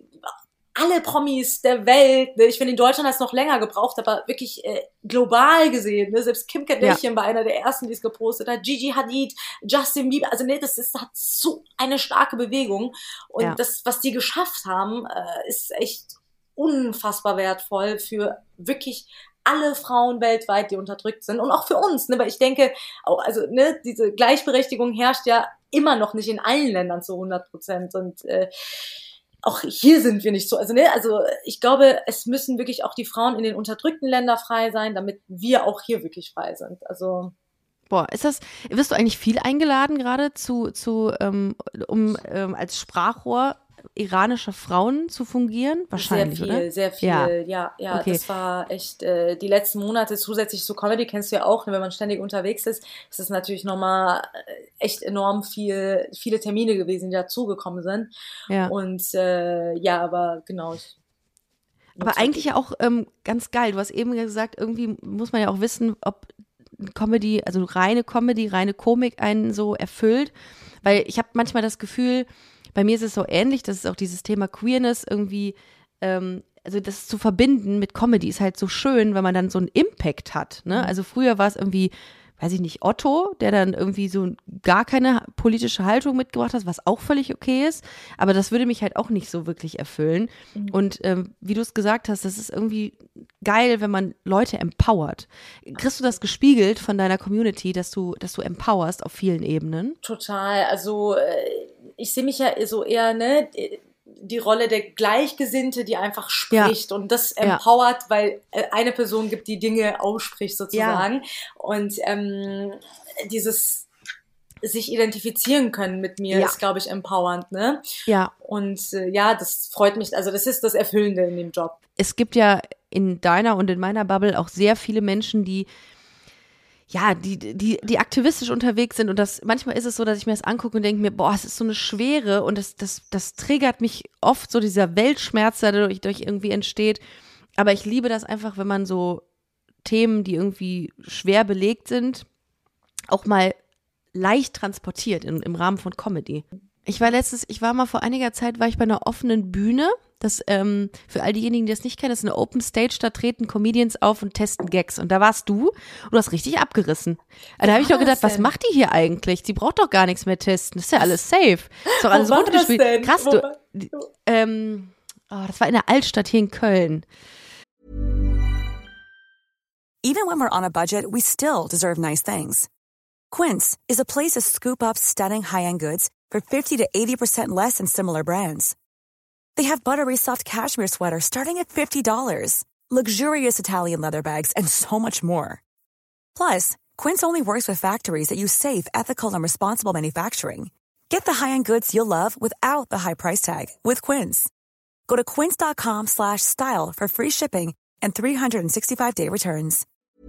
alle Promis der Welt, ne? Ich finde, in Deutschland hat es noch länger gebraucht, aber wirklich äh, global gesehen, ne? Selbst Kim Kardashian war einer der ersten, die es gepostet hat, Gigi Hadid, Justin Bieber, also ne, das ist, hat so eine starke Bewegung und Ja. das, was die geschafft haben, äh, ist echt unfassbar wertvoll für wirklich alle Frauen weltweit, die unterdrückt sind und auch für uns, ne, weil ich denke, auch, also ne, diese Gleichberechtigung herrscht ja immer noch nicht in allen Ländern zu hundert Prozent und äh, auch hier sind wir nicht so, also ne, also ich glaube, es müssen wirklich auch die Frauen in den unterdrückten Ländern frei sein, damit wir auch hier wirklich frei sind. Also Boah, ist das, wirst du eigentlich viel eingeladen gerade zu, zu ähm, um ähm, als Sprachrohr iranischer Frauen zu fungieren? Wahrscheinlich, sehr viel, oder? sehr viel, Ja. ja, ja, Okay. das war echt äh, die letzten Monate zusätzlich zu Comedy, kennst du ja auch, ne, wenn man ständig unterwegs ist, ist es natürlich nochmal äh, echt enorm viel, viele Termine gewesen, die dazugekommen sind Ja. und äh, ja, aber genau. Ich, Aber eigentlich ja auch ähm, ganz geil. Du hast eben gesagt, irgendwie muss man ja auch wissen, ob Comedy, also reine Comedy, reine Komik einen so erfüllt? Weil ich habe manchmal das Gefühl, bei mir ist es so ähnlich, dass es auch dieses Thema Queerness irgendwie, ähm, also das zu verbinden mit Comedy ist halt so schön, wenn man dann so einen Impact hat, ne? Mhm. Also früher war es irgendwie, weiß ich nicht, Otto, der dann irgendwie so gar keine politische Haltung mitgebracht hat, was auch völlig okay ist, aber das würde mich halt auch nicht so wirklich erfüllen. Mhm. Und ähm, wie du es gesagt hast, das ist irgendwie geil, wenn man Leute empowert. Kriegst du das gespiegelt von deiner Community, dass du, dass du empowerst auf vielen Ebenen? Total, also äh, ich sehe mich ja so eher, ne, die Rolle der Gleichgesinnte, die einfach spricht ja. und das empowert, ja. weil äh, eine Person gibt, die Dinge ausspricht sozusagen ja. und ähm, dieses sich identifizieren können mit mir ja. ist, glaube ich, empowernd, ne? Ja. Und äh, ja, das freut mich, also das ist das Erfüllende in dem Job. Es gibt ja in deiner und in meiner Bubble auch sehr viele Menschen, die ja, die, die, die aktivistisch unterwegs sind und das, manchmal ist es so, dass ich mir das angucke und denke mir, boah, es ist so eine Schwere und das, das, das triggert mich oft, so dieser Weltschmerz, der dadurch, dadurch irgendwie entsteht, aber ich liebe das einfach, wenn man so Themen, die irgendwie schwer belegt sind, auch mal leicht transportiert in, im Rahmen von Comedy. Ich war letztes, ich war mal vor einiger Zeit, war ich bei einer offenen Bühne. Das, ähm, für all diejenigen, die das nicht kennen, das ist eine Open Stage, da treten Comedians auf und testen Gags. Und da warst du und du hast richtig abgerissen. Da habe ich doch gedacht, was macht die hier eigentlich? Die braucht doch gar nichts mehr testen. Das ist ja alles safe. Ist doch alles Wo war gut das gespielt. denn? Krass, Wo du. war- Die, ähm, oh, das war in der Altstadt hier in Köln. Even when we're on a budget, we still deserve nice things. Quince is a place to scoop up stunning high-end goods for fifty to eighty percent less than similar brands. They have buttery soft cashmere sweaters starting at fifty dollars, luxurious Italian leather bags, and so much more. Plus, Quince only works with factories that use safe, ethical, and responsible manufacturing. Get the high-end goods you'll love without the high price tag with Quince. Go to quince.com slash style for free shipping and three sixty-five day returns.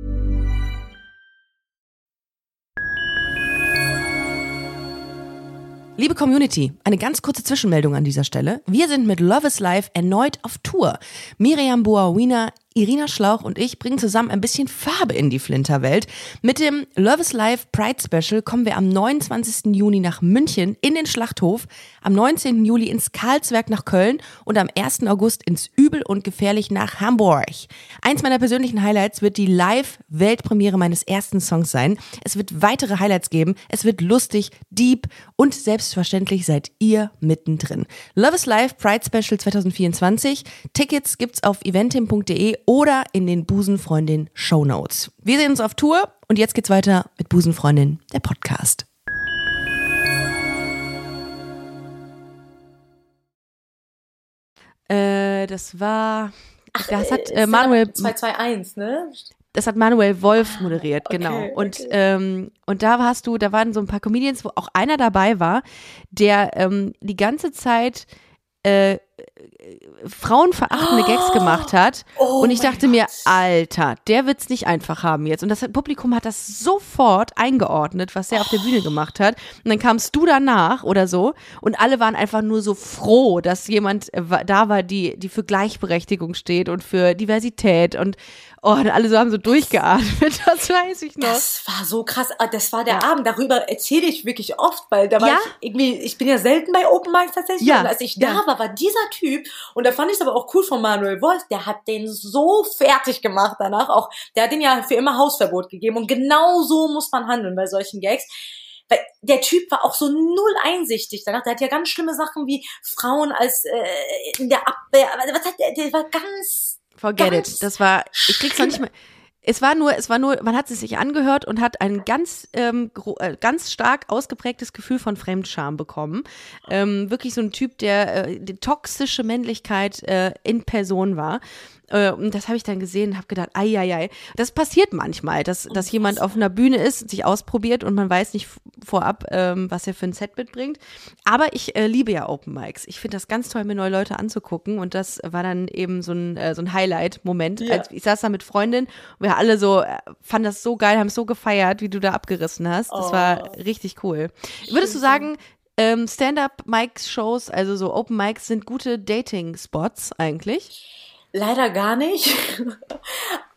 Liebe Community, eine ganz kurze Zwischenmeldung an dieser Stelle. Wir sind mit Love is Life erneut auf Tour. Miriam Boawina, Irina Schlauch und ich bringen zusammen ein bisschen Farbe in die Flinterwelt. Mit dem Love is Life Pride Special kommen wir am neunundzwanzigsten Juni nach München in den Schlachthof, am neunzehnten Juli ins Karlswerk nach Köln und am ersten August ins Übel und Gefährlich nach Hamburg. Eins meiner persönlichen Highlights wird die Live-Weltpremiere meines ersten Songs sein. Es wird weitere Highlights geben. Es wird lustig, deep und selbstverständlich seid ihr mittendrin. Love is Life Pride Special zwanzig vierundzwanzig. Tickets gibt's auf eventim punkt de oder in den Busenfreundin Shownotes. Wir sehen uns auf Tour und jetzt geht's weiter mit Busenfreundin, der Podcast. Äh, das war, Ach, das hat äh, äh, Manuel, zwei zwei eins, ne? das hat Manuel Wolf moderiert, genau. okay, Und okay. ähm, und da warst du, da waren so ein paar Comedians, wo auch einer dabei war, der ähm, die ganze Zeit äh, frauenverachtende Gags gemacht hat. Oh und ich mein dachte mir, Gott. Alter, der wird's nicht einfach haben jetzt. Und das Publikum hat das sofort eingeordnet, was der auf der Bühne gemacht hat. Und dann kamst du danach oder so und alle waren einfach nur so froh, dass jemand äh, wa- da war, die, die für Gleichberechtigung steht und für Diversität und oh, und alle so haben so durchgeatmet, das weiß ich noch. Das war so krass. Ah, Das war der Ja. Abend. Darüber erzähle ich wirklich oft, weil da war Ja? ich irgendwie, ich bin ja selten bei Open Mics tatsächlich. Ja. Und als ich Ja. da war, war dieser Typ. Und da fand ich es aber auch cool von Manuel Wolf. Der hat den so fertig gemacht danach. Auch, der hat ihm ja für immer Hausverbot gegeben. Und genau so muss man handeln bei solchen Gags. Weil der Typ war auch so null einsichtig danach. Der hat ja ganz schlimme Sachen wie Frauen als äh, in der Abwehr. Aber was hat der? Der war ganz. Forget Ganz it. Das war, ich krieg's noch nicht mehr. Es war nur, es war nur, man hat es sich angehört und hat ein ganz, ähm, gro- äh, ganz stark ausgeprägtes Gefühl von Fremdscham bekommen. Ähm, wirklich so ein Typ, der äh, die toxische Männlichkeit äh, in Person war. Äh, und das habe ich dann gesehen und habe gedacht, ai, ai, ai. Das passiert manchmal, dass, dass jemand auf einer Bühne ist, sich ausprobiert und man weiß nicht f- vorab, ähm, was er für ein Set mitbringt. Aber ich äh, liebe ja Open Mics. Ich finde das ganz toll, mir neue Leute anzugucken und das war dann eben so ein, äh, so ein Highlight-Moment. Ja. Als, ich saß da mit Freundin und wir alle so, äh, fanden das so geil, haben es so gefeiert, wie du da abgerissen hast. Das Oh. war richtig cool. Würdest du sagen, ähm, Stand-up-Mic-Shows, also so Open Mics, sind gute Dating-Spots eigentlich? Leider gar nicht.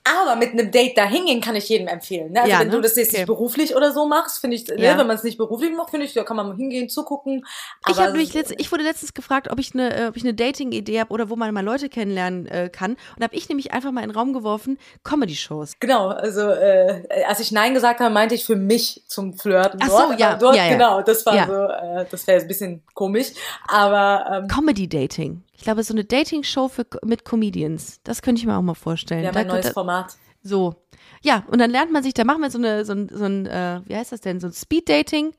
Aber mit einem Date da hingehen kann ich jedem empfehlen. Ne? Also Ja, wenn ne? du das jetzt Okay. nicht beruflich oder so machst, finde ich, Ja. ne, wenn man es nicht beruflich macht, finde ich, da kann man mal hingehen, zugucken. Ich, Aber hab mich letzt, ich wurde letztens gefragt, ob ich eine, äh, ob ich eine Dating-Idee habe oder wo man mal Leute kennenlernen äh, kann. Und habe ich nämlich einfach mal in den Raum geworfen, Comedy-Shows. Genau, also äh, als ich Nein gesagt habe, meinte ich für mich zum Flirten Ach dort. so, ja, Aber dort, ja, ja. genau, das war Ja. so, äh, das wäre ein bisschen komisch. Aber ähm, Comedy-Dating. Ich glaube, so eine Dating-Show für, mit Comedians. Das könnte ich mir auch mal vorstellen. wir haben Da- ein neues da- Format. So. Ja, und dann lernt man sich, da machen wir so eine, so ein, so ein äh, wie heißt das denn, so ein Speed-Dating.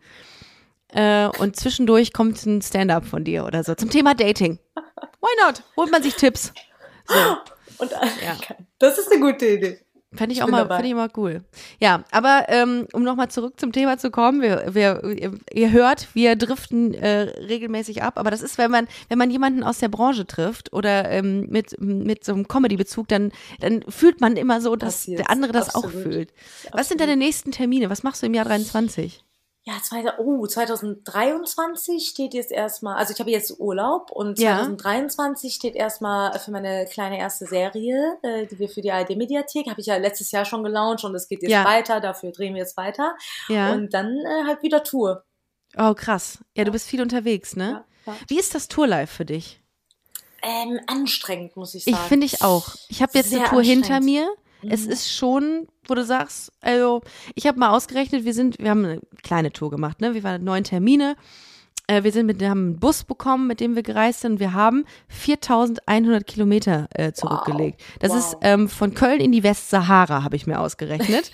Äh, und zwischendurch kommt ein Stand-up von dir oder so zum Thema Dating. Why not? Holt man sich Tipps. So. Und äh, Ja. das ist eine gute Idee. Fände ich Ich auch bin mal, dabei. fänd ich mal cool. Ja, aber ähm, um nochmal zurück zum Thema zu kommen, wir, wir, ihr, ihr hört, wir driften äh, regelmäßig ab, aber das ist, wenn man, wenn man jemanden aus der Branche trifft oder ähm, mit, mit so einem Comedy-Bezug, dann, dann fühlt man immer so, dass Passiert. der andere das auch Absolut. fühlt. Was sind deine nächsten Termine? Was machst du im Jahr dreiundzwanzig? Ja, zweiter, oh, zwanzig dreiundzwanzig steht jetzt erstmal, also ich habe jetzt Urlaub und Ja. zwanzig dreiundzwanzig steht erstmal für meine kleine erste Serie, äh, die wir für die A R D-Mediathek, habe ich ja letztes Jahr schon gelauncht und es geht jetzt Ja. weiter, dafür drehen wir jetzt weiter. Ja. Und dann äh, halt wieder Tour. Oh, krass. Ja, du bist viel unterwegs, ne? Ja, ja. Wie ist das Tourlife für dich? Ähm, anstrengend, muss ich Ich sagen. finde ich auch. Ich habe jetzt Sehr eine Tour hinter anstrengend. mir. Es ist schon, wo du sagst, also ich habe mal ausgerechnet, wir sind, wir haben eine kleine Tour gemacht, ne? Wir waren neun Termine. Äh, wir sind mit, wir haben einen Bus bekommen, mit dem wir gereist sind. Und wir haben viertausendeinhundert Kilometer äh, zurückgelegt. Das Wow. ist ähm, von Köln in die Westsahara, habe ich mir ausgerechnet.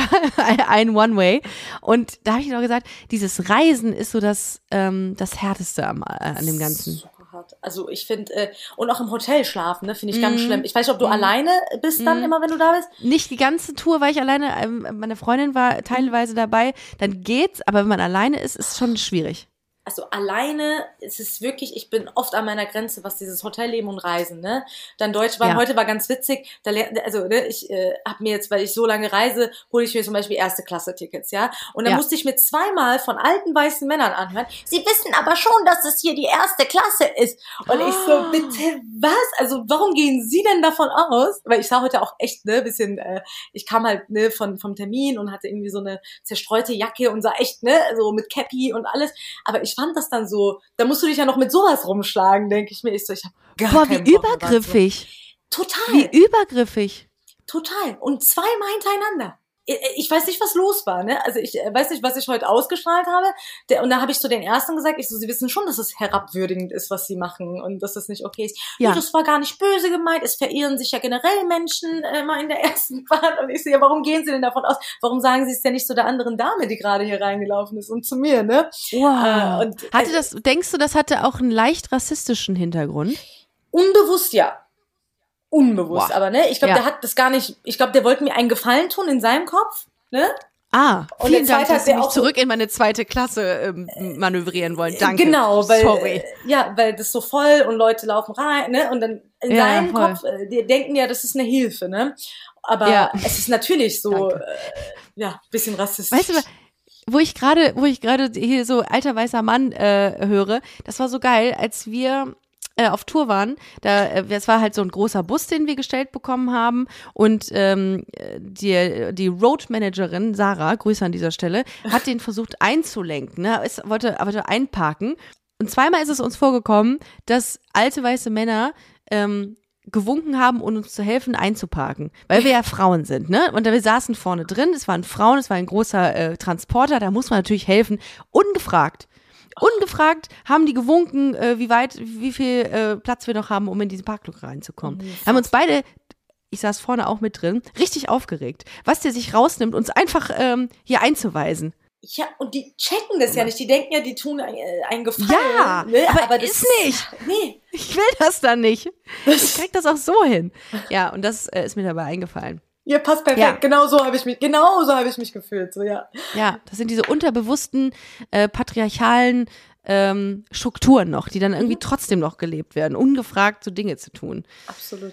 Ein One-Way. Und da habe ich noch gesagt, dieses Reisen ist so das, ähm, das Härteste am, äh, an dem Ganzen. Super hart. Also ich finde, äh, und auch im Hotel schlafen, ne, finde ich Mhm. ganz schlimm. Ich weiß nicht, ob du alleine bist dann immer, wenn du da bist. Nicht die ganze Tour war ich alleine, ähm, meine Freundin war teilweise dabei, dann geht's, aber wenn man alleine ist, ist es schon schwierig. Also alleine ist es wirklich, ich bin oft an meiner Grenze, was dieses Hotelleben und Reisen, ne? Dann Deutschbahn, Ja. heute war ganz witzig, da ler- also ne, ich äh, habe mir jetzt, weil ich so lange reise, hole ich mir zum Beispiel erste Klasse Tickets, ja? Und dann Ja. musste ich mir zweimal von alten weißen Männern anhören, sie wissen aber schon, dass es hier die erste Klasse ist. Und ich so, bitte was? Also warum gehen Sie denn davon aus? Weil ich sah heute auch echt, ne, bisschen, äh, ich kam halt, ne, von, vom Termin und hatte irgendwie so eine zerstreute Jacke und sah echt, ne, so mit Cappy und alles. Aber ich fand das dann so, da musst du dich ja noch mit sowas rumschlagen, denke ich mir. Ich so, ich hab gar Boah, keinen wie Bock mehr übergriffig. dazu. Total, Wie übergriffig. total. Und zweimal hintereinander. Ich, ich weiß nicht, was los war, ne? Also ich äh, weiß nicht, was ich heute ausgestrahlt habe. Der, und da habe ich zu den Ersten gesagt, ich so, sie wissen schon, dass es herabwürdigend ist, was sie machen und dass das nicht okay ist. Ja. Ja. Das war gar nicht böse gemeint. Es verirren sich ja generell Menschen äh, mal in der ersten Fahrt. Und ich so, ja, warum gehen sie denn davon aus? Warum sagen sie es denn nicht zu der anderen Dame, die gerade hier reingelaufen ist und zu mir, ne? Wow. Äh, und, hatte äh, das, denkst du, das hatte auch einen leicht rassistischen Hintergrund? Unbewusst ja. Unbewusst, Boah. aber ne, ich glaube, Ja. der hat das gar nicht, ich glaube, der wollte mir einen Gefallen tun in seinem Kopf, ne? Ah, Und vielen der Dank, zweite dass hat Sie der mich auch so- zurück in meine zweite Klasse ähm, manövrieren wollen. Danke. Genau, weil, Sorry. äh, ja, weil das so voll und Leute laufen rein, ne? Und dann in Ja, seinem voll. Kopf, äh, die denken ja, das ist eine Hilfe, ne? Aber Ja. es ist natürlich so, Danke. äh, ja, bisschen rassistisch. Weißt du, wo ich gerade, wo ich gerade hier so alter weißer Mann äh, höre, das war so geil, als wir äh, auf Tour waren, da, äh, es war halt so ein großer Bus, den wir gestellt bekommen haben und ähm, die, die Roadmanagerin, Sarah, Grüße an dieser Stelle, hat den versucht einzulenken, ne? Es wollte, wollte einparken und zweimal ist es uns vorgekommen, dass alte weiße Männer ähm, gewunken haben, um uns zu helfen, einzuparken, weil wir ja Frauen sind, ne? Und wir saßen vorne drin, es waren Frauen, es war ein großer äh, Transporter, da muss man natürlich helfen, ungefragt. Ungefragt haben die gewunken, äh, wie weit, wie viel äh, Platz wir noch haben, um in diesen Parklok reinzukommen. Mhm, Haben uns beide, ich saß vorne auch mit drin, richtig aufgeregt, was der sich rausnimmt, uns einfach ähm, hier einzuweisen. Ja, und die checken das ja nicht. Die denken ja, die tun ein- äh, einen Gefallen. Ja, ne? aber das ist nicht. Nee. Ich will das dann nicht. Ich krieg das auch so hin. Ja, und das äh, ist mir dabei eingefallen. Ja, passt perfekt. Ja. Genau so habe ich mich, genau so habe ich mich gefühlt, so, ja. Ja, das sind diese unterbewussten, äh, patriarchalen ähm, Strukturen noch, die dann irgendwie trotzdem noch gelebt werden, ungefragt so Dinge zu tun. Absolut.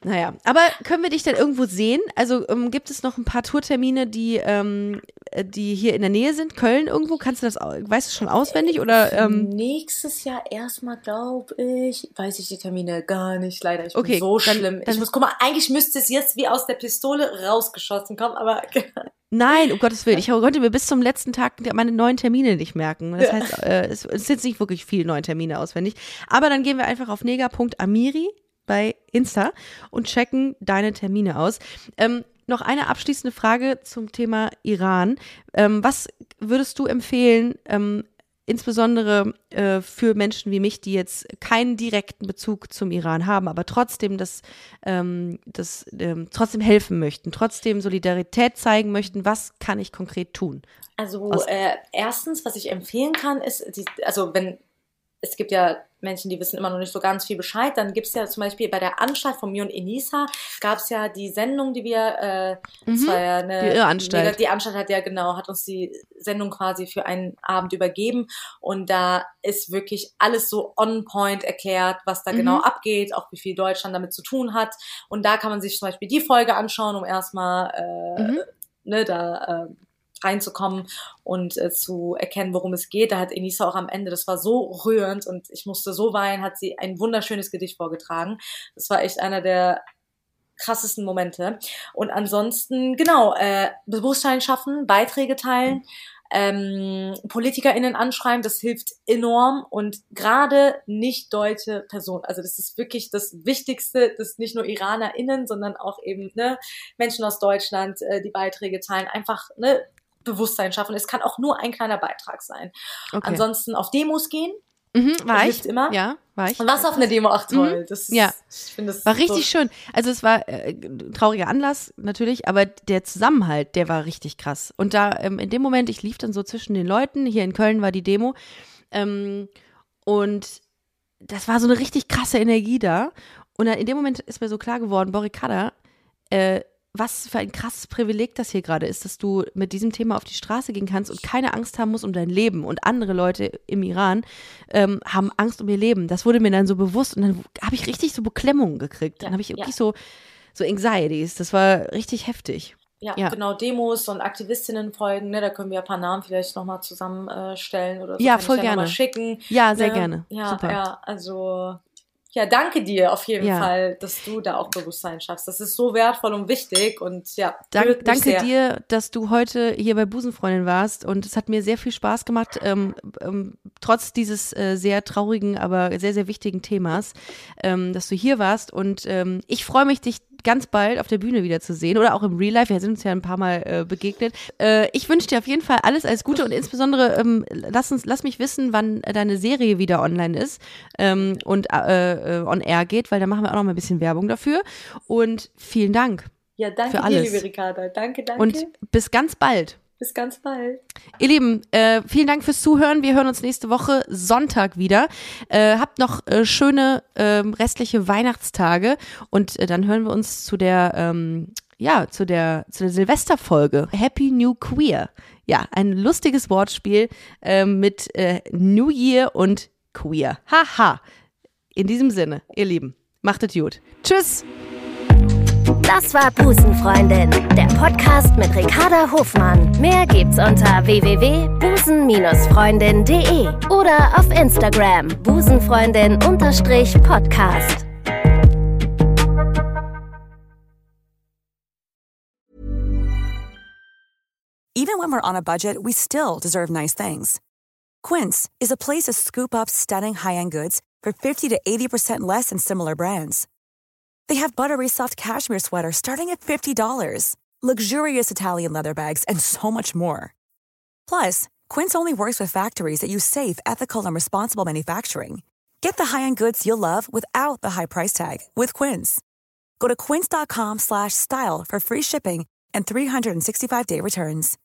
Naja, aber können wir dich denn irgendwo sehen? Also ähm, gibt es noch ein paar Tourtermine, die, ähm, die hier in der Nähe sind? Köln irgendwo? Kannst du das, weißt du schon auswendig? Oder, ähm? Nächstes Jahr erstmal, glaube ich, weiß ich die Termine gar nicht, leider. Ich okay, bin so dann, schlimm. Dann, ich muss, guck mal, eigentlich müsste es jetzt wie aus der Pistole rausgeschossen kommen, aber... Nein, um Gottes Willen. Ich konnte mir bis zum letzten Tag meine neuen Termine nicht merken. Das heißt, äh, es, es sind nicht wirklich viele neue Termine auswendig. Aber dann gehen wir einfach auf nega punkt amiri bei Insta und checken deine Termine aus. Ähm, noch eine abschließende Frage zum Thema Iran. Ähm, was würdest du empfehlen, ähm, insbesondere äh, für Menschen wie mich, die jetzt keinen direkten Bezug zum Iran haben, aber trotzdem das, ähm, das ähm, trotzdem helfen möchten, trotzdem Solidarität zeigen möchten, was kann ich konkret tun? Also äh, erstens, was ich empfehlen kann, ist, die, also wenn es gibt ja Menschen, die wissen immer noch nicht so ganz viel Bescheid. Dann gibt es ja zum Beispiel bei der Anstalt von mir und Enisa gab es ja die Sendung, die wir, äh, mhm. das war ja eine, die Irrenanstalt. Die Anstalt hat ja genau, hat uns die Sendung quasi für einen Abend übergeben und da ist wirklich alles so on point erklärt, was da mhm. genau abgeht, auch wie viel Deutschland damit zu tun hat. Und da kann man sich zum Beispiel die Folge anschauen, um erstmal äh, mhm. ne, da äh, reinzukommen und äh, zu erkennen, worum es geht. Da hat Enisa auch am Ende, das war so rührend und ich musste so weinen, hat sie ein wunderschönes Gedicht vorgetragen. Das war echt einer der krassesten Momente. Und ansonsten, genau, äh, Bewusstsein schaffen, Beiträge teilen, ähm, PolitikerInnen anschreiben, das hilft enorm und gerade nicht deutsche Personen, also das ist wirklich das Wichtigste, dass nicht nur IranerInnen, sondern auch eben ne, Menschen aus Deutschland, äh, die Beiträge teilen, einfach ne, Bewusstsein schaffen. Es kann auch nur ein kleiner Beitrag sein. Okay. Ansonsten auf Demos gehen. Mhm, war hilft ich. immer. Ja, war ich. Und was auf einer Demo? Ach toll. Mhm. Das ist, ja. ich finde das war richtig so schön. Also es war äh, ein trauriger Anlass natürlich, aber der Zusammenhalt, der war richtig krass. Und da ähm, in dem Moment, ich lief dann so zwischen den Leuten, hier in Köln war die Demo ähm, und das war so eine richtig krasse Energie da. Und dann in dem Moment ist mir so klar geworden, Borikada, äh, was für ein krasses Privileg das hier gerade ist, dass du mit diesem Thema auf die Straße gehen kannst und keine Angst haben musst um dein Leben. Und andere Leute im Iran ähm, haben Angst um ihr Leben. Das wurde mir dann so bewusst und dann habe ich richtig so Beklemmungen gekriegt. Dann habe ich wirklich ja. so, so Anxieties. Das war richtig heftig. Ja, ja, genau, Demos und Aktivistinnen folgen, ne, da können wir ein paar Namen vielleicht nochmal zusammenstellen oder so. Ja, kann voll ich gerne. Mal schicken. Ja, sehr ne? gerne. Ja, Super. ja, also... Ja, danke dir auf jeden ja. Fall, dass du da auch Bewusstsein schaffst. Das ist so wertvoll und wichtig und ja, Dank, danke sehr. dir, dass du heute hier bei Busenfreundin warst und es hat mir sehr viel Spaß gemacht, ähm, ähm, trotz dieses äh, sehr traurigen, aber sehr, sehr wichtigen Themas, ähm, dass du hier warst und ähm, ich freue mich, dich ganz bald auf der Bühne wieder zu sehen oder auch im Real Life. Wir sind uns ja ein paar Mal äh, begegnet. Äh, ich wünsche dir auf jeden Fall alles, alles Gute und insbesondere ähm, lass uns, lass mich wissen, wann deine Serie wieder online ist ähm, und äh, on air geht, weil da machen wir auch noch mal ein bisschen Werbung dafür. Und vielen Dank. Ja, danke für alles. dir, liebe Ricarda. Danke, danke. Und bis ganz bald. Bis ganz bald. Ihr Lieben, äh, vielen Dank fürs Zuhören. Wir hören uns nächste Woche Sonntag wieder. Äh, habt noch äh, schöne äh, restliche Weihnachtstage und äh, dann hören wir uns zu der, ähm, ja, zu der, zu der Silvesterfolge. Happy New Queer. Ja, ein lustiges Wortspiel äh, mit äh, New Year und Queer. Haha. In diesem Sinne, ihr Lieben, macht es gut. Tschüss. Das war Busenfreundin, der Podcast mit Ricarda Hofmann. Mehr gibt's unter w w w punkt busen freundin punkt de oder auf Instagram busenfreundin-podcast. Even when we're on a budget, we still deserve nice things. Quince is a place to scoop up stunning high-end goods for fifty to eighty percent less than similar brands. They have buttery soft cashmere sweaters starting at fifty dollars, luxurious Italian leather bags, and so much more. Plus, Quince only works with factories that use safe, ethical, and responsible manufacturing. Get the high-end goods you'll love without the high price tag with Quince. Go to quince dot com slash style for free shipping and three sixty-five day returns.